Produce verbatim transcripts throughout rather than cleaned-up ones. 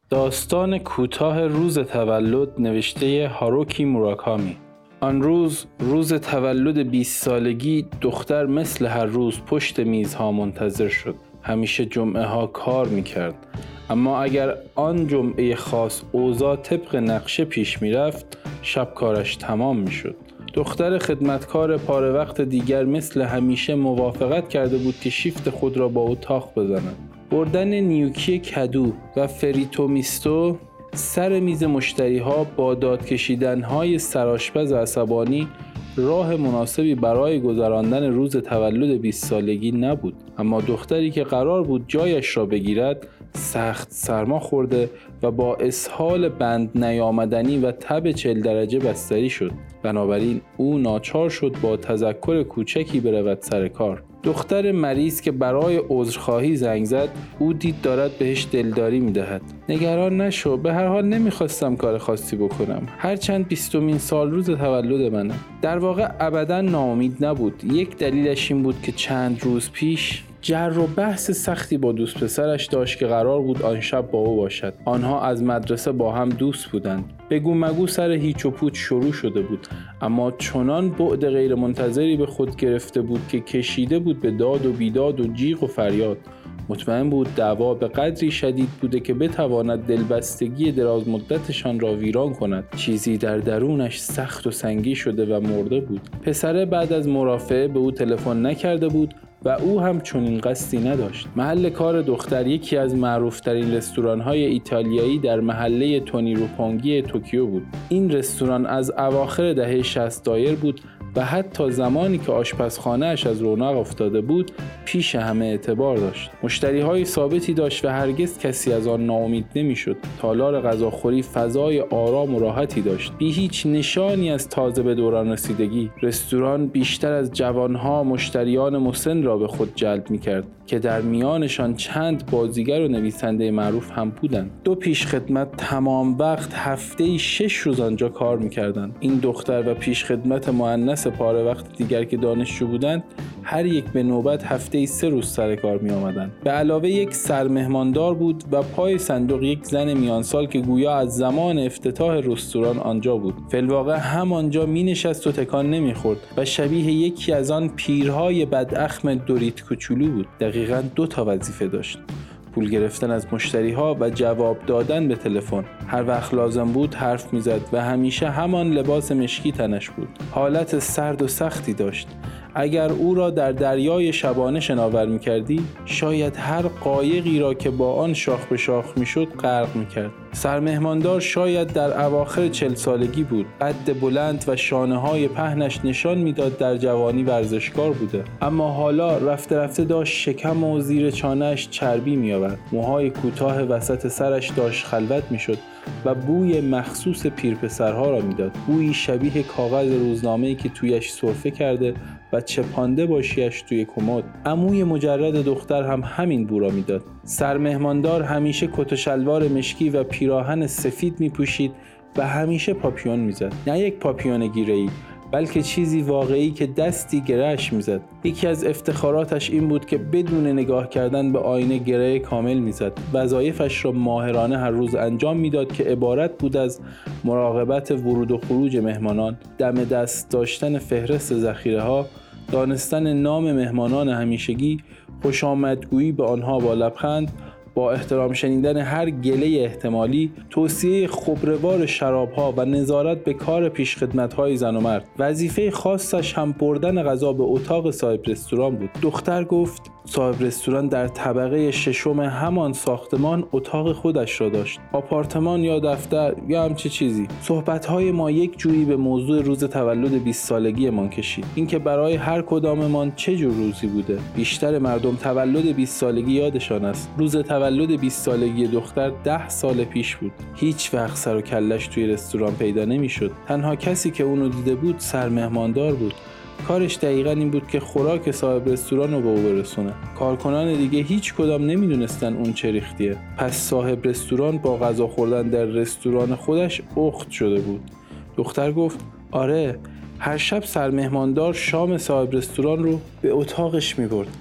داستان کوتاه روز تولد نوشته هاروکی موراکامی. آن روز روز تولد بیست سالگی دختر مثل هر روز پشت میزها منتظر شد. همیشه جمعه ها کار میکرد، اما اگر آن جمعه خاص اوضاع طبق نقشه پیش میرفت شب کارش تمام میشد. دختر خدمتکار پاره وقت دیگر مثل همیشه موافقت کرده بود که شیفت خود را با اتاق بزند. بردن نیوکی کدو و فریتو میستو سر میز مشتری ها با داد کشیدن های سرآشپز عصبانی راه مناسبی برای گذراندن روز تولد بیست سالگی نبود. اما دختری که قرار بود جایش را بگیرد سخت سرما خورده و با اسهال بند نیامدنی و تب چهل درجه بستری شد. بنابراین او ناچار شد با تذکر کوچکی برود سر کار. دختر مریض که برای عذرخواهی زنگ زد، او دید دارد بهش دلداری میدهد. نگران نشو، به هر حال نمیخواستم کار خاصی بکنم، هرچند بیستمین سال روز تولد منه. در واقع ابدا ناامید نبود. یک دلیلش این بود که چند روز پیش جر و بحث سختی با دوست پسرش داشت که قرار بود آن شب با او باشد. آنها از مدرسه با هم دوست بودند. بگو مگو سر هیچ و پوچ شروع شده بود، اما چنان بعد غیر منتظری به خود گرفته بود که کشیده بود به داد و بیداد و جیغ و فریاد. مطمئن بود دعوا به قدری شدید بوده که بتواند دلبستگی دراز مدتشان را ویران کند. چیزی در درونش سخت و سنگی شده و مرده بود. پسره بعد از مرافعه به او تلفن نکرده بود و او هم چنین قصدی نداشت. محل کار دختر یکی از معروفترین رستوران‌های ایتالیایی در محله تونیروپونگی توکیو بود. این رستوران از اواخر دهه شصت دایر بود و حتی زمانی که آشپزخانه‌اش از رونق افتاده بود پیش همه اعتبار داشت. مشتری‌های ثابتی داشت و هرگز کسی از آن ناامید نمی‌شد. تالار غذاخوری فضای آرام و راحتی داشت، بی هیچ نشانی از تازه به دوران رسیدگی. رستوران بیشتر از جوان‌ها مشتریان مسن را به خود جلب می‌کرد که در میانشان چند بازیگر و نویسنده معروف هم بودند. دو پیشخدمت تمام وقت هفته‌ای شش روز آنجا کار می‌کردند. این دختر و پیشخدمت مؤنث پاره وقت دیگر که دانشجو بودند هر یک به نوبت هفته‌ای سه روز سر کار می آمدند. به علاوه یک سرمهماندار بود و پای صندوق یک زن میانسال که گویا از زمان افتتاح رستوران آنجا بود. فی‌الواقع هم آنجا می نشست و تکان نمی خورد و شبیه یکی از آن پیرهای بداخم دوریت کوچولو بود. دقیقاً دو تا وظیفه داشت: پول گرفتن از مشتری‌ها و جواب دادن به تلفن. هر وقت لازم بود حرف می‌زد و همیشه همان لباس مشکی تنش بود. حالت سرد و سختی داشت. اگر او را در دریای شبانه شناور می‌کردی، شاید هر قایقی را که با آن شاخ به شاخ می‌شد غرق می‌کرد. سرمهماندار شاید در اواخر چهل سالگی بود. قد بلند و شانه‌های پهنش نشان می‌داد در جوانی ورزشکار بوده، اما حالا رفته رفته داشت شکم و زیر چانه‌اش چربی می‌آورد. موهای کوتاه وسط سرش داشت خلوت می‌شد و بوی مخصوص پیرپسرها را میداد. بویی شبیه کاغذ روزنامه‌ای که تویش سرفه کرده و چپانده باشیش توی کمد. عموی مجرد دختر هم همین بو را میداد. سرمهماندار همیشه کت و شلوار مشکی و پیراهن سفید میپوشید و همیشه پاپیون میزد. نه یک پاپیون گیره‌ای، بلکه چیزی واقعی که دستی گرهش میزد. یکی از افتخاراتش این بود که بدون نگاه کردن به آینه گره کامل میزد. وظایفش را ماهرانه هر روز انجام میداد که عبارت بود از مراقبت ورود و خروج مهمانان، دم دست داشتن فهرست ذخیره ها، دانستن نام مهمانان همیشگی، خوش آمدگویی به آنها با لبخند، با احترام شنیدن هر گله احتمالی، توصیه خبره‌وار شراب‌ها و نظارت به کار پیشخدمت‌های زن و مرد. وظیفه خاصش هم بردن غذا به اتاق صاحب رستوران بود. دختر گفت صاحب رستوران در طبقه ششم همان ساختمان اتاق خودش را داشت. آپارتمان یا دفتر یا همچه چیزی. صحبت‌های ما یک جوری به موضوع روز تولد بیست سالگی من کشید. اینکه برای هر کداممان چه جور روزی بوده. بیشتر مردم تولد بیست سالگی یادشان است. روز تولد بیست سالگی دختر ده سال پیش بود. هیچ وقت سر و کلش توی رستوران پیدا نمی‌شد. تنها کسی که اونو دیده بود سرمهماندار بود. کارش دقیقاً این بود که خوراک صاحب رستوران رو به او برسونه. کارکنان دیگه هیچ کدام نمیدونستن اون چه ریختیه. پس صاحب رستوران با غذا خوردن در رستوران خودش اخت شده بود. دختر گفت آره، هر شب سرمهماندار شام صاحب رستوران رو به اتاقش میبرد.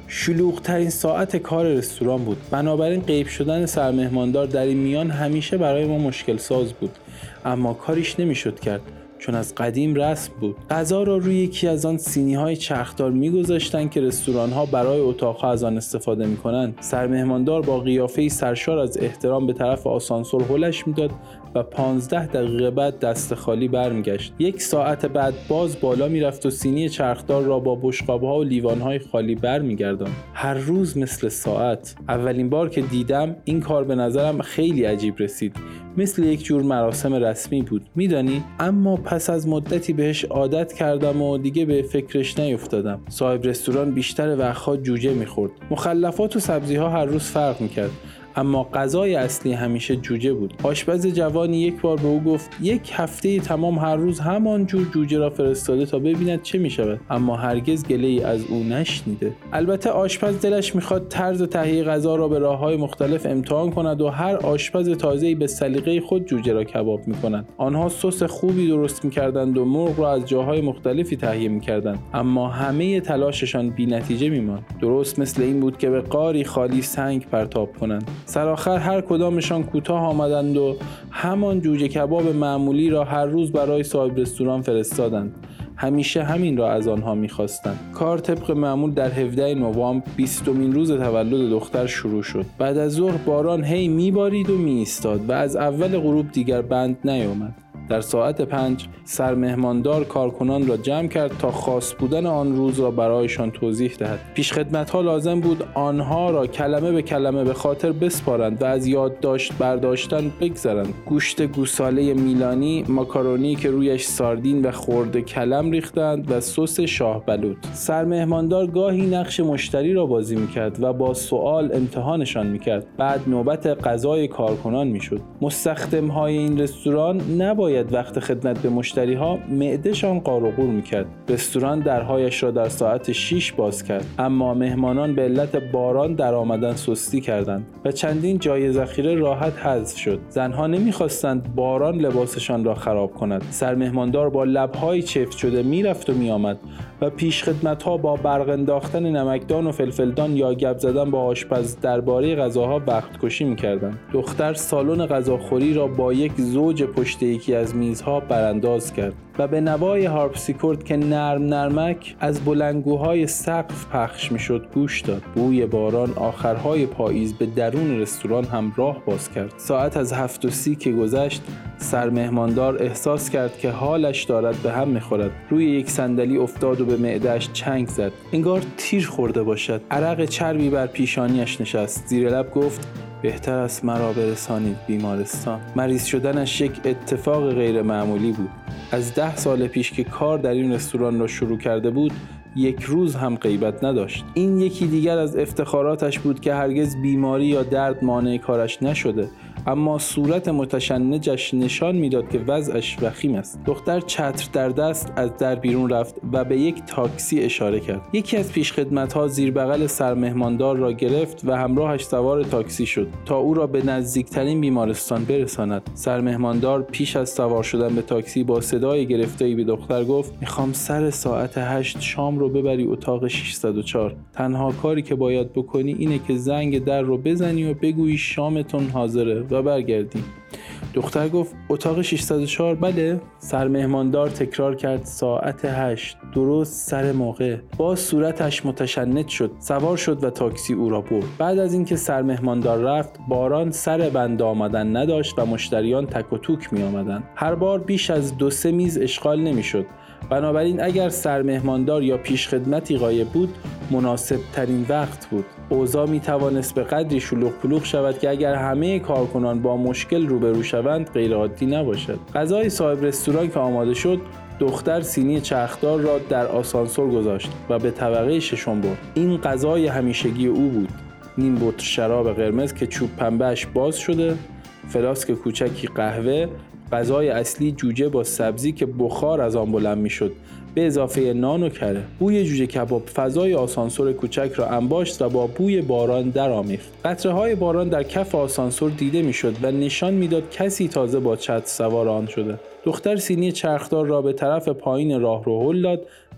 شلوغ‌ترین ساعت کار رستوران بود. بنابراین غیب شدن سرمهماندار در این میان همیشه برای ما مشکل ساز بود. اما کاریش نمیشد کرد، چون از قدیم رسم بود. غذا را روی یکی از آن سینی‌های چرخدار می‌گذاشتند که رستوران‌ها برای اتاق‌ها از آن استفاده می‌کنند. سرمهماندار با قیافه‌ای سرشار از احترام به طرف آسانسور هلش می‌داد و پانزده دقیقه بعد دست خالی برمیگشت. یک ساعت بعد باز بالا میرفت و سینی چرخدار را با بشقاب‌ها و لیوان‌های خالی برمیگرداند. هر روز مثل ساعت. اولین بار که دیدم این کار به نظرم خیلی عجیب رسید. مثل یک جور مراسم رسمی بود، میدانی؟ اما پس از مدتی بهش عادت کردم و دیگه به فکرش نیفتادم. صاحب رستوران بیشتر وقتها جوجه میخورد. مخلفات و سبزی‌ها هر روز فرق میکرد، اما غذای اصلی همیشه جوجه بود. آشپز جوانی یک بار به او گفت یک هفته تمام هر روز همان جور جوجه را فرستاده تا ببیند چه می شود، اما هرگز گله‌ای از او نشنیده. البته آشپز دلش میخواد طرز تهیه غذا را به راه‌های مختلف امتحان کند و هر آشپز تازه‌ای به سلیقه خود جوجه را کباب می‌کند. آنها سس خوبی درست می‌کردند و مرغ را از جاهای مختلفی تهیه می‌کردند، اما همه تلاششان بی‌نتیجه می‌ماند. درست مثل این بود که به قاری خالی سنگ پرتاب کنند. سرآخر هر کدامشان کوتاه آمدند و همان جوجه کباب معمولی را هر روز برای صاحب رستوران فرستادند. همیشه همین را از آنها می‌خواستند. کار طبق معمول در هفدهم نوامبر بیستمین روز تولد دختر شروع شد. بعد از ظهر باران هی میبارید و میایستاد و از اول غروب دیگر بند نیامد. در ساعت پنج سرمهماندار کارکنان را جمع کرد تا خاص بودن آن روز را برایشان توضیح دهد. پیشخدمت‌ها لازم بود آنها را کلمه به کلمه به خاطر بسپارند و از یادداشت برداشتن بگذرند. گوشت گوساله میلانی، ماکارونی که رویش ساردین و خرده کلم ریختند و سس شاه بلوط. سرمهماندار گاهی نقش مشتری را بازی می‌کرد و با سوال امتحانشان می‌کرد. بعد نوبت غذای کارکنان می‌شد. مستخدم‌های این رستوران نباید وقت خدمت به مشتری ها معده‌شان قار و قور میکرد. رستوران درهایش را در ساعت شش باز کرد، اما مهمانان به علت باران در آمدن سستی کردند و چندین جای ذخیره راحت حذف شد. زنها نمیخواستند باران لباسشان را خراب کند. سرمهماندار با لب‌های چفت شده میرفت و میآمد و پیشخدمت‌ها با برق انداختن نمکدان و فلفلدان یا گپ زدن با آشپز درباره غذاها وقت کشی می‌کردند. دختر سالن غذاخوری را با یک زوج پشت یکی از میزها برانداز کرد و به نوای هارپسیکورد که نرم نرمک از بلندگوهای سقف پخش میشد گوش داد. بوی باران آخرهای پاییز به درون رستوران هم راه باز کرد. ساعت از هفت و سی که گذشت سرمهماندار احساس کرد که حالش دارد به هم میخورد. روی یک صندلی افتاد و به معده‌اش چنگ زد، انگار تیر خورده باشد. عرق چربی بر پیشانیش نشست. زیر لب گفت بهتر است مرا برسانید بیمارستان. مریض شدنش یک اتفاق غیر معمولی بود. از ده سال پیش که کار در این رستوران را شروع کرده بود یک روز هم غیبت نداشت. این یکی دیگر از افتخاراتش بود که هرگز بیماری یا درد مانع کارش نشده، اما صورت متشنجش نشان میداد که وضعش وخیم است. دختر چتر در دست از در بیرون رفت و به یک تاکسی اشاره کرد. یکی از پیشخدمت‌ها زیر بغل سرمهماندار را گرفت و همراهش سوار تاکسی شد تا او را به نزدیکترین بیمارستان برساند. سرمهماندار پیش از سوار شدن به تاکسی با صدای گرفته‌ای به دختر گفت میخوام سر ساعت هشت شام رو ببری اتاق ششصد و چهار. تنها کاری که باید بکنی اینه که زنگ در رو بزنی و بگویی شامتون حاضره و برگردی. دختر گفت اتاق ششصد و چهار؟ بله. سرمهماندار تکرار کرد ساعت هشت، درست سر موقع. باز صورتش متشنج شد. سوار شد و تاکسی او را برد. بعد از اینکه سرمهماندار رفت باران سر بند آمدن نداشت و مشتریان تک و توک می آمدن. هر بار بیش از دو سه میز اشغال نمی شد. بنابراین اگر سرمهماندار یا پیشخدمتی غایب بود مناسب ترین وقت بود. اوضاع می توانست به قدری شلوغ پلوغ شود که اگر همه کارکنان با مشکل روبرو شوند غیر عادی نباشد. غذای صاحب رستوران که آماده شد دختر سینی چرخدار را در آسانسور گذاشت و به طبقه ششم برد. این غذای همیشگی او بود. نیم بطر شراب قرمز که چوب پنبهش باز شده، فلاسک کوچکی قهوه، غذای اصلی جوجه با سبزی که بخار از آن بلند میشد، به اضافه نان و کره. بوی جوجه کباب فضای آسانسور کوچک را انباشت و با بوی باران درآمیخت. قطره‌های باران در کف آسانسور دیده میشد و نشان میداد کسی تازه با چتر سوار آن شده. دختر سینی چرخدار را به طرف پایین راهرو هل داد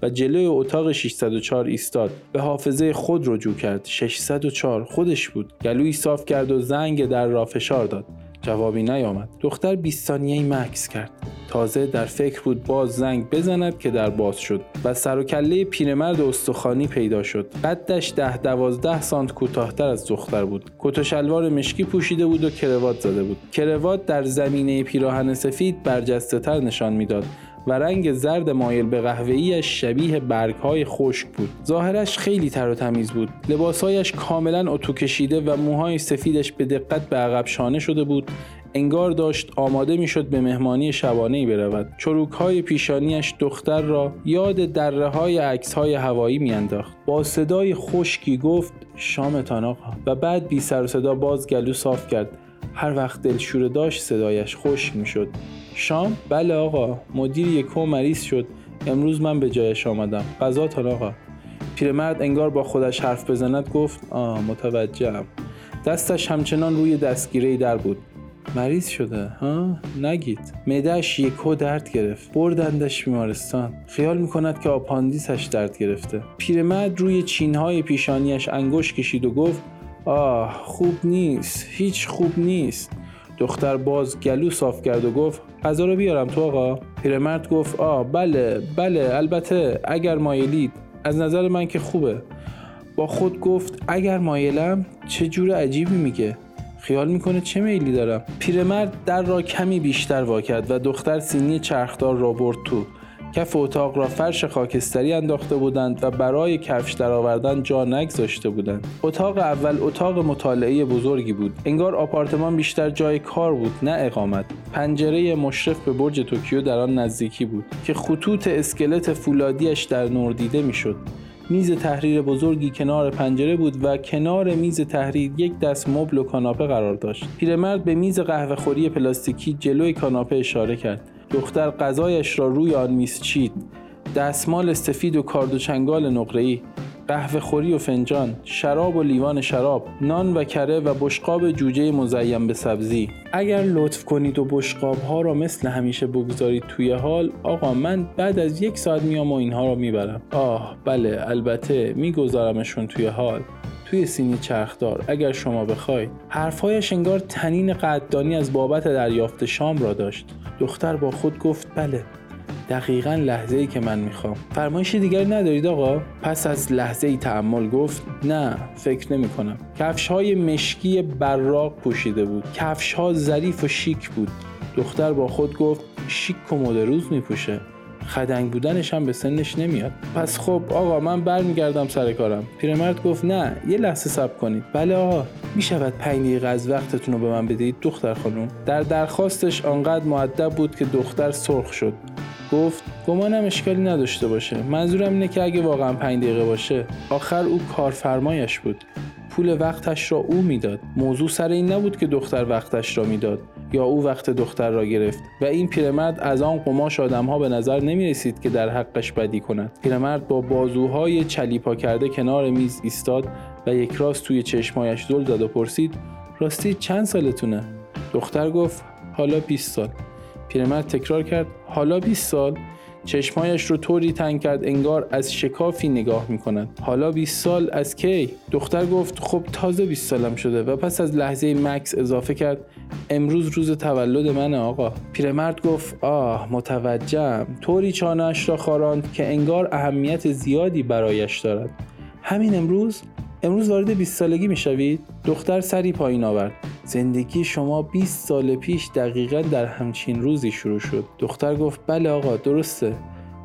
و جلوی اتاق ششصد و چهار ایستاد. به حافظه خود رجوع کرد. ششصد و چهار خودش بود. گلویی صاف کرد و زنگ در را فشار داد. جوابی نیامد. دختر بیست ثانیه‌ای مکث کرد. تازه در فکر بود باز زنگ بزند که در باز شد و سر و کله پیرمرد استخوانی پیدا شد. قدش ده دوازده سانت کوتاه‌تر از دختر بود. کت و شلوار مشکی پوشیده بود و کراوات زده بود. کراوات در زمینه پیراهن سفید برجسته‌تر نشان میداد و رنگ زرد مایل به قهوه‌ایش شبیه برگ‌های خشک بود. ظاهرش خیلی تر و تمیز بود. لباسهایش کاملا اتو کشیده و موهای سفیدش به دقت به عقب شانه شده بود. انگار داشت آماده میشد به مهمانی شبانه‌ای برود. چروک‌های پیشانیش دختر را یاد دره‌های عکس‌های هوایی میانداخت. با صدای خشکی گفت شامتان آقا و بعد بی سر و صدا باز گلو صاف کرد. هر وقت دلشوره داشت صدایش خشک میشد. شام؟ بله آقا، مدیر یکو مریض شد. امروز من به جایش آمدم. غذاتان آقا. پیرمرد انگار با خودش حرف بزند گفت آه متوجهم. دستش همچنان روی دستگیره در بود. مریض شده ها؟ نگید. معده‌اش یکو درد گرفت. بردندش بیمارستان. خیال میکند که آپاندیسش درد گرفته. پیرمرد روی چینهای پیشانیش انگشت کشید و گفت آه خوب نیست، هیچ خوب نیست. دختر باز گلو صاف کرد و گفت غذا رو بیارم تو آقا؟ پیرمرد گفت آه بله بله البته اگر مایلید. از نظر من که خوبه. با خود گفت اگر مایلم؟ چه جور عجیبی میگه. خیال میکنه چه میلی دارم. پیرمرد در را کمی بیشتر وا کرد و دختر سینی چرخدار را برد تو. کف اتاق را فرش خاکستری انداخته بودند و برای کفش درآوردن جا نگذاشته بودند. اتاق اول اتاق مطالعه بزرگی بود. انگار آپارتمان بیشتر جای کار بود نه اقامت. پنجره مشرف به برج توکیو در آن نزدیکی بود که خطوط اسکلت فولادیش در نور دیده میشد. میز تحریر بزرگی کنار پنجره بود و کنار میز تحریر یک دست مبل و کاناپه قرار داشت. پیرمرد به میز قهوه خوری پلاستیکی جلوی کاناپه اشاره کرد. دختر غذایش را روی آن میز چید. دستمال سفید و کارد و چنگال نقره‌ای، قهوه خوری و فنجان، شراب و لیوان شراب، نان و کره و بشقاب جوجه مزین به سبزی. اگر لطف کنید و بشقاب ها را مثل همیشه بگذارید توی حال، آقا من بعد از یک ساعت میام و اینها را میبرم. آه بله البته میگذارمشون توی حال، توی سینی چرخدار اگر شما بخواید. حرفهایش انگار طنین قدردانی از بابت دریافت شام را داشت. دختر با خود گفت بله دقیقاً لحظه‌ای که من میخوام. فرمایشی دیگری ندارید آقا؟ پس از لحظه‌ای تأمل گفت نه فکر نمی کنم. کفش‌های مشکی براق پوشیده بود. کفش‌ها ظریف و شیک بود. دختر با خود گفت شیک و مد روز میپوشه. خدنگ بودنش هم به سنش نمیاد. پس خب آقا من برمیگردم سر کارم. پیرمرد گفت نه یه لحظه صبر کنید. بله آقا میشود پنج دقیقه از وقتتون رو به من بدید دختر خانم؟ در درخواستش آنقدر مؤدب بود که دختر سرخ شد. گفت گمانم اشکالی نداشته باشه. منظورم اینه که اگه واقعا پنج دقیقه باشه. آخر او کارفرمایش بود. پول وقتش را او میداد. موضوع سر این نبود که دختر وقتش را میداد یا او وقت دختر را گرفت و این پیرمرد از آن قماش آدم‌ها به نظر نمی‌رسید که در حقش بدی کند. پیرمرد با بازوهای چلیپا کرده کنار میز ایستاد و یک راست توی چشمایش زل زد و پرسید راستی چند سالتونه؟ دختر گفت حالا بیست سال. پیرمرد تکرار کرد حالا بیست سال. چشمایش رو طوری تنگ کرد انگار از شکافی نگاه می‌کند. حالا بیست سال از کی؟ دختر گفت خب تازه بیست سالم شده و پس از لحظه مکس اضافه کرد امروز روز تولد منه آقا. پیرمرد گفت آه متوجهم. طوری چانه‌اش را خاراند که انگار اهمیت زیادی برایش دارد. همین امروز؟ امروز وارد بیست سالگی میشوید؟ دختر سری پایین آورد. زندگی شما بیست سال پیش دقیقاً در همچین روزی شروع شد. دختر گفت بله آقا درسته.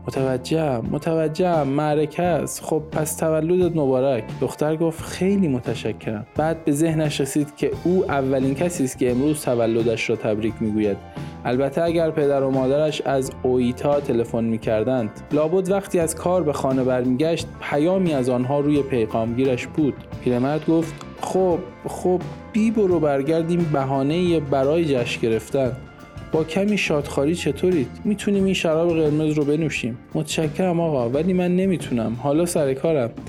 متوجهم متوجهم معرکه است. خب پس تولدت مبارک. دختر گفت خیلی متشکرم. بعد به ذهنش رسید که او اولین کسی است که امروز تولدش را تبریک میگوید. البته اگر پدر و مادرش از اویتا تلفن میکردند. لابد وقتی از کار به خانه برمیگشت پیامی از آنها روی پیغامگیرش بود. پیرمرد گفت خب خب بی برو برگردیم بهانه‌ای برای جشن گرفتن. با کمی شادخواری چطورید؟ میتونیم این شراب قرمز رو بنوشیم؟ متشکرم آقا ولی من نمیتونم. حالا سر کارم.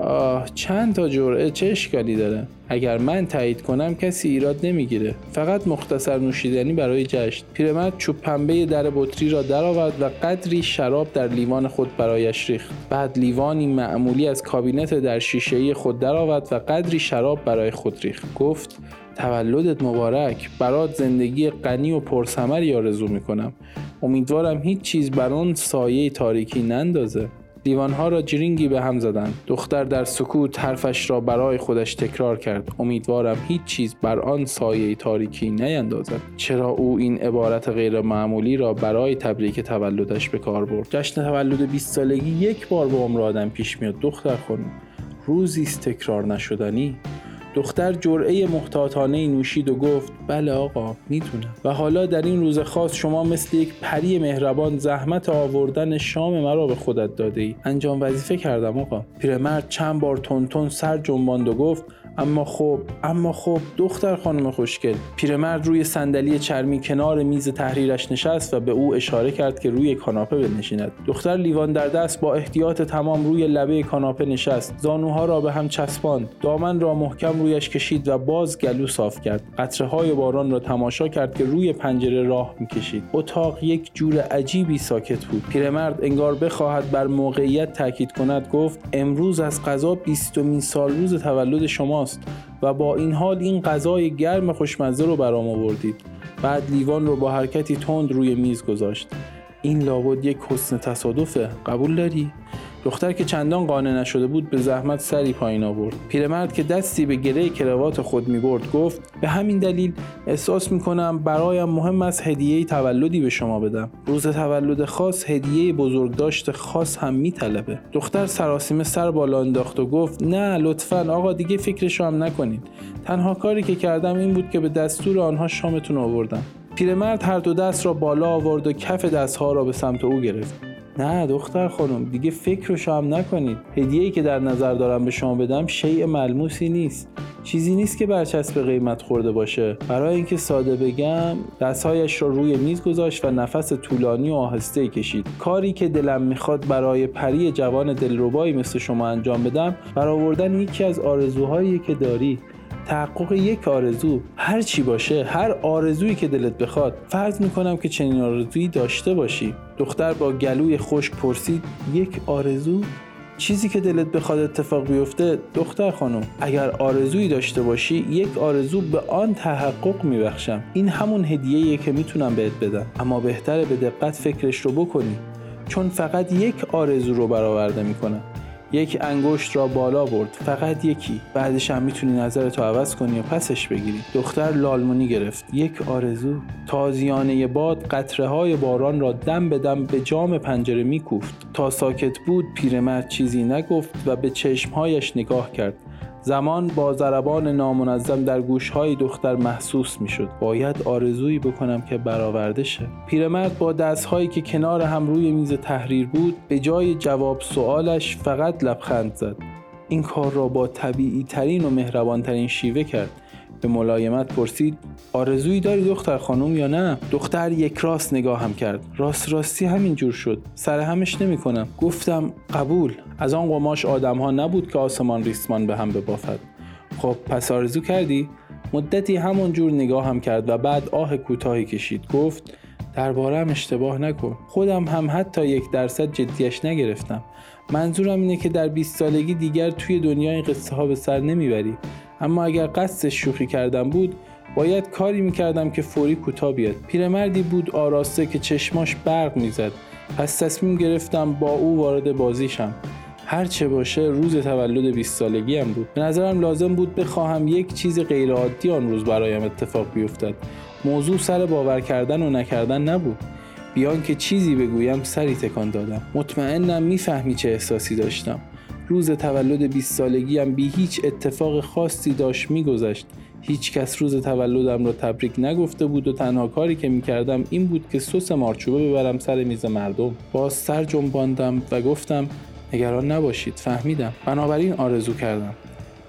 آه چند تا جرعه چه اشکالی داره؟ اگر من تایید کنم کسی ایراد نمیگیره. فقط مختصر نوشیدنی برای جشن. پیرمرد چوب پنبه در بطری را درآورد و قدری شراب در لیوان خود برایش ریخت. بعد لیوانی معمولی از کابینت در شیشه‌ای خود درآورد و قدری شراب برای خود ریخت. گفت تولدت مبارک. برات زندگی غنی و پرثمری آرزو میکنم. امیدوارم هیچ چیز بر آن سایه تاریکی نندازه. لیوانها را جرینگی به هم زدند. دختر در سکوت حرفش را برای خودش تکرار کرد. امیدوارم هیچ چیز بر آن سایه تاریکی نیندازد. چرا او این عبارت غیر معمولی را برای تبریک تولدش به کار برد؟ جشن تولد بیست سالگی یک بار با عمر آدم پیش میاد دختر خانم. روزی است تکرار نشدنی. دختر جرعه محتاطانه نوشید و گفت بله آقا میدونم. و حالا در این روز خاص شما مثل یک پری مهربان زحمت آوردن شام مرا به خودت داده ای. انجام وظیفه کردم آقا. پیرمرد چند بار تون تون سر جنباند و گفت اما خب اما خب دختر خانم خوشگل. پیرمرد روی صندلی چرمی کنار میز تحریرش نشست و به او اشاره کرد که روی کاناپه بنشیند. دختر لیوان در دست با احتیاط تمام روی لبه کاناپه نشست. زانوها را به هم چسباند. دامن را محکم رویش کشید و باز گلو صاف کرد. قطره‌های باران را تماشا کرد که روی پنجره راه می‌کشید. اتاق یک جور عجیبی ساکت بود. پیرمرد انگار بخواهد بر موقعیت تاکید کند گفت امروز از قضا بیستمین سال روز تولد شما و با این حال این غذای گرم خوشمزه رو برام آوردید. بعد لیوان رو با حرکتی تند روی میز گذاشت. این لابد یک حسن تصادفه. قبول داری؟ دختر که چندان قانع نشده بود به زحمت سری پایین آورد. پیرمرد که دستی به گره کراوات خود می‌برد گفت به همین دلیل احساس می‌کنم برایم مهم است هدیه تولدی به شما بدم. روز تولد خاص هدیه بزرگداشت خاص هم می‌طلبه. دختر سراسیمه سر بالا انداخت و گفت نه لطفاً آقا دیگه فکرشو هم نکنید. تنها کاری که کردم این بود که به دستور آنها شامتون آوردم. پیرمرد هر دو دست را بالا آورد و کف دستها را به سمت او گرفت. نه دختر خانم دیگه فکرشو هم نکنید. هدیه‌ای که در نظر دارم به شما بدم شیء ملموسی نیست. چیزی نیست که برچسب قیمت خورده باشه. برای اینکه ساده بگم دستهایش را روی میز گذاشت و نفس طولانی و آهسته کشید. کاری که دلم میخواد برای پری جوان دلربایی مثل شما انجام بدم برآوردن یکی از آرزوهایی که داری. تحقق یک آرزو، هر چی باشه، هر آرزویی که دلت بخواد. فرض میکنم که چنین آرزویی داشته باشی. دختر با گلوی خشک پرسید یک آرزو؟ چیزی که دلت بخواد اتفاق بیفته دختر خانم. اگر آرزویی داشته باشی یک آرزو به آن تحقق میبخشم. این همون هدیه‌ایه که میتونم بهت بدم. اما بهتره به دقت فکرش رو بکنی، چون فقط یک آرزو رو برآورده میکنم. یک انگشت را بالا برد، فقط یکی. بعدش هم میتونی نظرتو عوض کنی و پسش بگیری. دختر لالمونی گرفت. یک آرزو. تازیانه باد قطره های باران را دم به دم به جام پنجره میکوفت. تا ساکت بود پیرمرد چیزی نگفت و به چشمهایش نگاه کرد. زمان با ضربان نامنظم در گوشهای دختر محسوس میشد. باید آرزویی بکنم که برآورده شه. پیرمرد با دستهایی که کنار هم روی میز تحریر بود به جای جواب سوالش فقط لبخند زد. این کار را با طبیعی ترین و مهربان ترین شیوه کرد. به ملایمت پرسید آرزویی داری دختر خانم یا نه؟ دختر یک راست نگاه هم کرد. راست راستی همین جور شد. سر همش نمی کنم. گفتم قبول. از آن قماش آدم ها نبود که آسمان ریسمان به هم ببافد. خب پس آرزو کردی؟ مدتی همون جور نگاه هم کرد و بعد آه کوتاهی کشید. گفت درباره‌ام اشتباه نکن. خودم هم حتی یک درصد جدیش نگرفتم. منظورم اینه که در بیست سالگی دیگر توی دنیای قصه ها به سر نمیبری. اما اگر قصدش شوخی کردم بود باید کاری میکردم که فوری کوتاه بیاد. پیرمردی بود آراسته که چشماش برق میزد. پس تصمیم گرفتم با او وارد بازیشم. هر چه باشه روز تولد بیست سالگی هم بود. به نظرم لازم بود بخواهم یک چیز غیر عادی آن روز برایم اتفاق بیفتد. موضوع سر باور کردن و نکردن نبود. بیان که چیزی بگویم سری تکان دادم. مطمئنم میفهمی چه احساسی داشتم. روز تولد بیست سالگیم بی هیچ اتفاق خاصی داشت میگذشت. هیچ کس روز تولدم را تبریک نگفته بود و تنها کاری که میکردم این بود که سس مارچوبه ببرم سر میز مردم. باز سر جنباندم و گفتم نگران نباشید، فهمیدم. بنابراین آرزو کردم.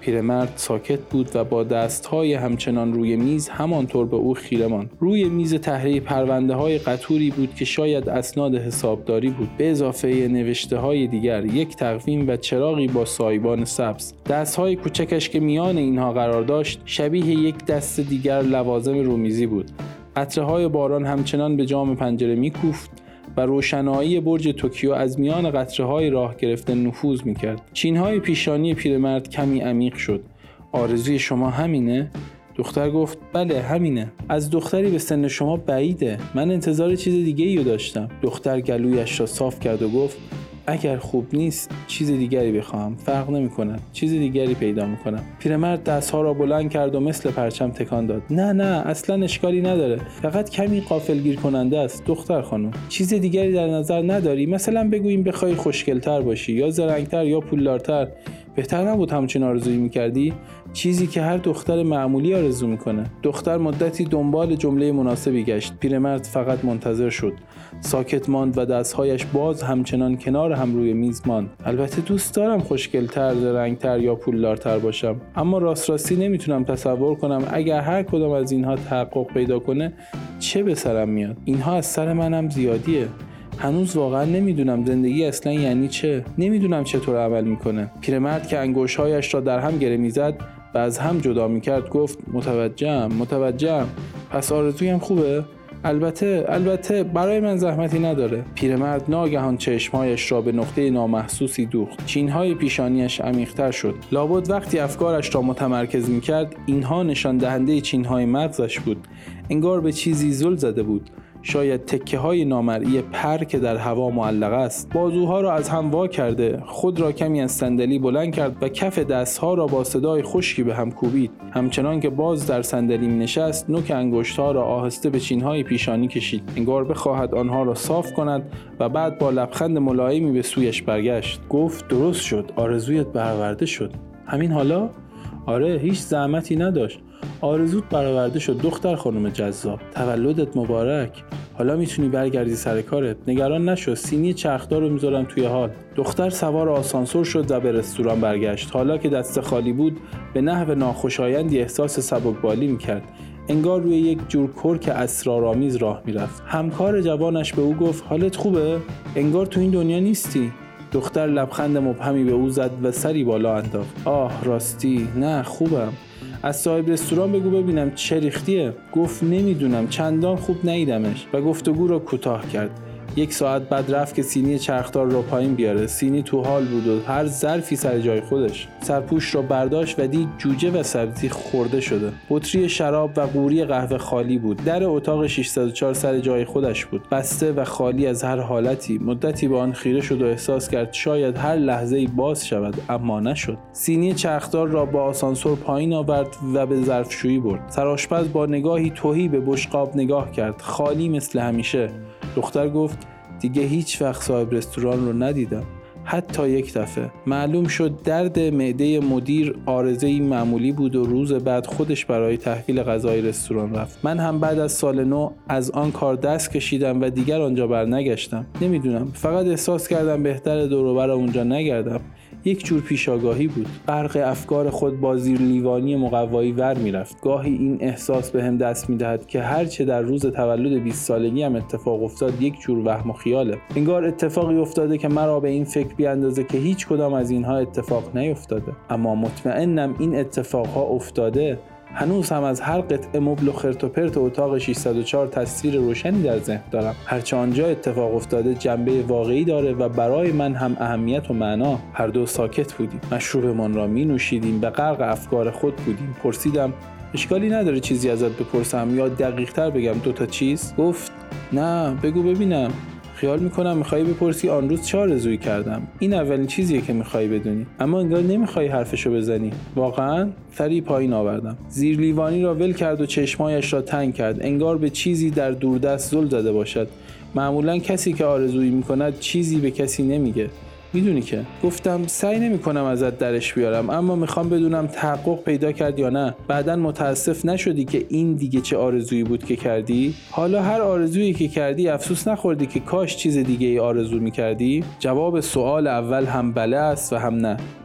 پیرمرد ساکت بود و با دستهای همچنان روی میز همانطور به او خیره ماند. روی میز تهیه پرونده های قطوری بود که شاید اسناد حسابداری بود، به اضافه نوشته های دیگر، یک تقویم و چراغی با سایبان سبز. دستهای کوچکش که میان اینها قرار داشت شبیه یک دست دیگر لوازم رومیزی بود. قطره های باران همچنان به جام پنجره میکوفت و روشنایی برج توکیو از میان قطره‌های راه گرفته نفوذ می‌کرد. چین‌های پیشانی پیرمرد کمی عمیق شد. آرزوی شما همینه؟ دختر گفت بله همینه. از دختری به سن شما بعیده. من انتظار چیز دیگه‌ای رو داشتم. دختر گلویش را صاف کرد و گفت اگر خوب نیست چیز دیگری بخواهم، فرق نمی‌کند، چیز دیگری پیدا می‌کنم. پیرمرد دست‌ها را بلند کرد و مثل پرچم تکان داد. نه نه اصلا اشکالی نداره، فقط کمی غافلگیر کننده است دختر خانم. چیز دیگری در نظر نداری؟ مثلا بگوییم بخوای خوشگل‌تر باشی یا زرنگ‌تر یا پولدارتر. بهتر نبود همچین آرزویی می‌کردی؟ چیزی که هر دختر معمولی آرزو می‌کنه. دختر مدتی دنبال جمله مناسبی گشت. پیرمرد فقط منتظر شد. ساکت ماند و دستهایش باز همچنان کنار هم روی میز ماند. البته دوست دارم خوشگل‌تر، زرنگ‌تر یا پولدارتر باشم، اما راست راستی نمیتونم تصور کنم اگر هر کدام از اینها تحقق پیدا کنه چه به سرم میاد. اینها از سر منم زیادیه. هنوز واقعا نمیدونم زندگی اصلا یعنی چه. نمیدونم چطور عمل میکنه. پیرمرد که انگشت‌هایش را در هم گره میزد و از هم جدا میکرد گفت متوجهم متوجهم. پس آرزویم خوبه؟ البته البته برای من زحمتی نداره. پیرمرد ناگهان چشمهایش را به نقطه نامحسوسی دوخت. چینهای پیشانیش عمیق‌تر شد. لابد وقتی افکارش را متمرکز میکرد اینها نشان دهنده چینهای مغزش بود. انگار به چیزی زل زده بود. شاید تکه های نامرئی پر که در هوا معلق است. بازوها را از هم وا کرده، خود را کمی از صندلی بلند کرد و کف دستها را با صدای خشکی به هم کوبید. همچنان که باز در صندلی نشست، نوک انگشت‌ها را آهسته به چینهای پیشانی کشید. انگار بخواهد آنها را صاف کند و بعد با لبخند ملایمی به سویش برگشت. گفت درست شد، آرزویت برآورده شد. همین حالا؟ آره، هیچ زحمتی نداشت. آرزوت برآورده شد دختر خانم جذاب. تولدت مبارک. حالا میتونی برگردی سر کارت. نگران نشو، سینی چرخدار رو میذارم توی حال. دختر سوار آسانسور شد و به رستوران برگشت. حالا که دست خالی بود به نحو ناخوشایندی احساس سبکبالی میکرد. انگار روی یک جور کرک اسرارآمیز راه میرفت. همکار جوانش به او گفت حالت خوبه؟ انگار تو این دنیا نیستی. دختر لبخند مبهمی به او زد و سری بالا انداخت. آه راستی، نه خوبم. از صاحب رستوران بگو ببینم چه ریختیه. گفت نمیدونم، چندان خوب ندیدمش و گفتگو را کوتاه کرد. یک ساعت بعد رفت که سینی چرخدار را پایین بیاره. سینی تو حال بود و هر ظرفی سر جای خودش. سرپوش را برداشت و دید جوجه و سبزی خورده شده. بطری شراب و قوری قهوه خالی بود. در اتاق ششصد و چهار سر جای خودش بود، بسته و خالی از هر حالتی. مدتی به آن خیره شد و احساس کرد شاید هر لحظه‌ای باز شود، اما نشد. سینی چرخدار را با آسانسور پایین آورد و به ظرفشویی برد. سرآشپز با نگاهی تهی به بشقاب نگاه کرد، خالی مثل همیشه. دختر گفت دیگه هیچ وقت صاحب رستوران رو ندیدم، حتی یک دفعه. معلوم شد درد معده مدیر عارضه‌ای معمولی بود و روز بعد خودش برای تحویل غذای رستوران رفت. من هم بعد از سال نو از آن کار دست کشیدم و دیگر آنجا برنگشتم. نمیدونم، فقط احساس کردم بهتر دور و بر اونجا نگردم. یک جور پیشاگاهی بود. غرق افکار خود با زیر لیوانی مقوایی ور میرفت. گاهی این احساس به هم دست میدهد که هرچه در روز تولد بیست سالگی هم اتفاق افتاد یک جور وهم و خیاله. انگار اتفاقی افتاده که مرا به این فکر بیاندازه که هیچ کدام از اینها اتفاق نیفتاده. اما مطمئنم این اتفاقها افتاده. هنوز هم از هر قطعه مبل و خرت و پرت اتاق ششصد و چهار تصویر روشنی در ذهن دارم. هرچه آنجا اتفاق افتاده جنبه واقعی داره و برای من هم اهمیت و معنا. هر دو ساکت بودیم. مشروبمان را می نوشیدیم، به غرق افکار خود بودیم. پرسیدم اشکالی نداره چیزی ازت بپرسم یا دقیق تر بگم دو تا چیز؟ گفت نه بگو ببینم. خیال میکنم میخوایی بپرسی آن روز چه آرزویی کردم. این اولین چیزیه که میخوایی بدونی، اما انگار نمیخوایی حرفشو بزنی. واقعا؟ سری پایین آوردم. زیر لیوانی را ول کرد و چشمایش را تنگ کرد، انگار به چیزی در دوردست زل زده باشد. معمولا کسی که آرزویی میکند چیزی به کسی نمیگه، میدونی که. گفتم سعی نمی‌کنم ازت درش بیارم، اما میخوام بدونم تحقق پیدا کرد یا نه. بعدن متاسف نشدی که این دیگه چه آرزویی بود که کردی؟ حالا هر آرزویی که کردی افسوس نخوردی که کاش چیز دیگه ای آرزو میکردی؟ جواب سوال اول هم بله است و هم نه.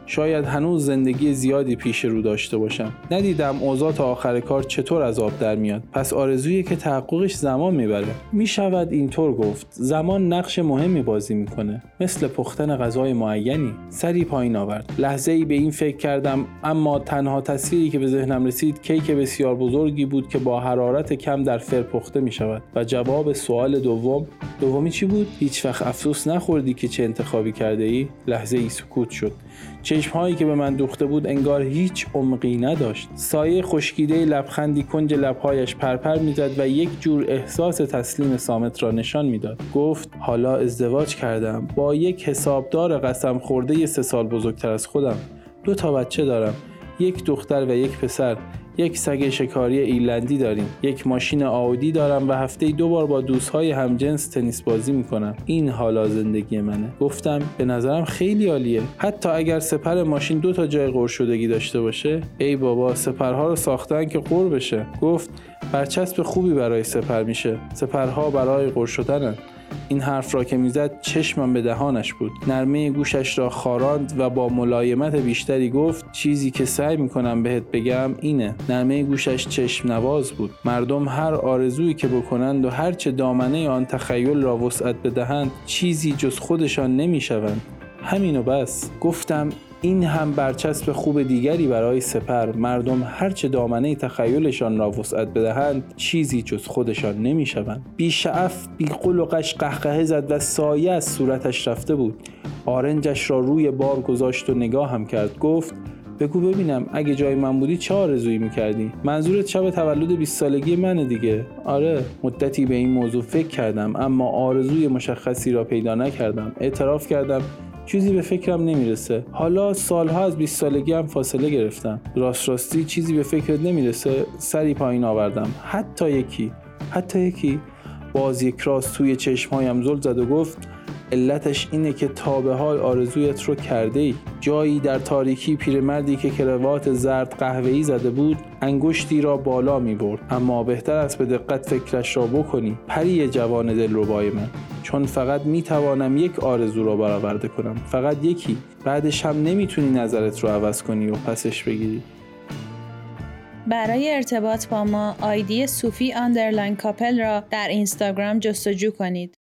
شاید هنوز زندگی زیادی پیش رو داشته باشم. ندیدم اوضاع تا آخر کار چطور از آب در میاد. پس آرزویی که تحققش زمان میبره. میشود اینطور گفت زمان نقش مهمی بازی میکنه، مثل پختن غذای معینی. سری پایین آورد. لحظه‌ای به این فکر کردم، اما تنها تصویری که به ذهنم رسید کیک بسیار بزرگی بود که با حرارت کم در فر پخته میشود. و جواب سوال دوم دومی چی بود؟ هیچ وقت افسوس نخوردی که چه انتخابی کرده ای؟ لحظه ای سکوت شد. چشمهایی که به من دوخته بود انگار هیچ عمقی نداشت. سایه خشکیده لبخندی کنج لبهایش پرپر میزد و یک جور احساس تسلیم صامت را نشان میداد. گفت حالا ازدواج کردم با یک حسابدار قسم خورده سه سال بزرگتر از خودم. دو تا بچه دارم، یک دختر و یک پسر. یک سگ شکاری ایرلندی داریم. یک ماشین آودی دارم و هفته‌ای دو بار با دوست‌های همجنس تنیس بازی می‌کنم. این حالا زندگی منه. گفتم به نظرم خیلی عالیه. حتی اگر سپر ماشین دو تا جای قُر شدگی داشته باشه. ای بابا، سپرها رو ساختن که قُر بشه. گفت برچسب خوبی برای سپر میشه. سپرها برای قُر شدنن. این حرف را که میزد چشمم به دهانش بود. نرمه گوشش را خاراند و با ملایمت بیشتری گفت چیزی که سعی میکنم بهت بگم اینه. نرمه گوشش چشم نواز بود. مردم هر آرزویی که بکنند و هر چه دامنه آن تخیل را وسعت بدهند چیزی جز خودشان نمیشوند. همینو بس. گفتم این هم برچسب خوب دیگری برای سپر. مردم هرچه دامنه تخیلشان را وسعت بدهند چیزی جز خودشان نمیشوند. بی شعف بی قل و قش قهقهه زد و سایه از صورتش رفته بود. آرنجش را روی بار گذاشت و نگاه هم کرد. گفت بگو ببینم اگه جای من بودی چه آرزویی میکردی؟ منظورت شب تولد بیست سالگی منه دیگه؟ آره. مدتی به این موضوع فکر کردم اما آرزوی مشخصی را پیدا نکردم. اعتراف کردم چیزی به فکرم نمیرسه. حالا سالها از بیست سالگی هم فاصله گرفتم. راست راستی چیزی به فکرت نمیرسه؟ سری پایین آوردم. حتی یکی. حتی یکی. باز یک راست توی چشمهایم زل زد و گفت علتش اینه که تا به حال آرزویت رو کرده ای. جایی در تاریکی پیرمردی که کراوات زرد قهوه‌ای زده بود انگشتی را بالا می برد. اما بهتر است به دقت فکرش را بکنی. پری جوان دلربای من. چون فقط می توانم یک آرزو را برآورده کنم. فقط یکی. بعدش هم نمیتونی نظرت رو عوض کنی و پسش بگیری. برای ارتباط با ما آیدی صوفی آندرلاین کاپل را در اینستاگرام جستجو کنید.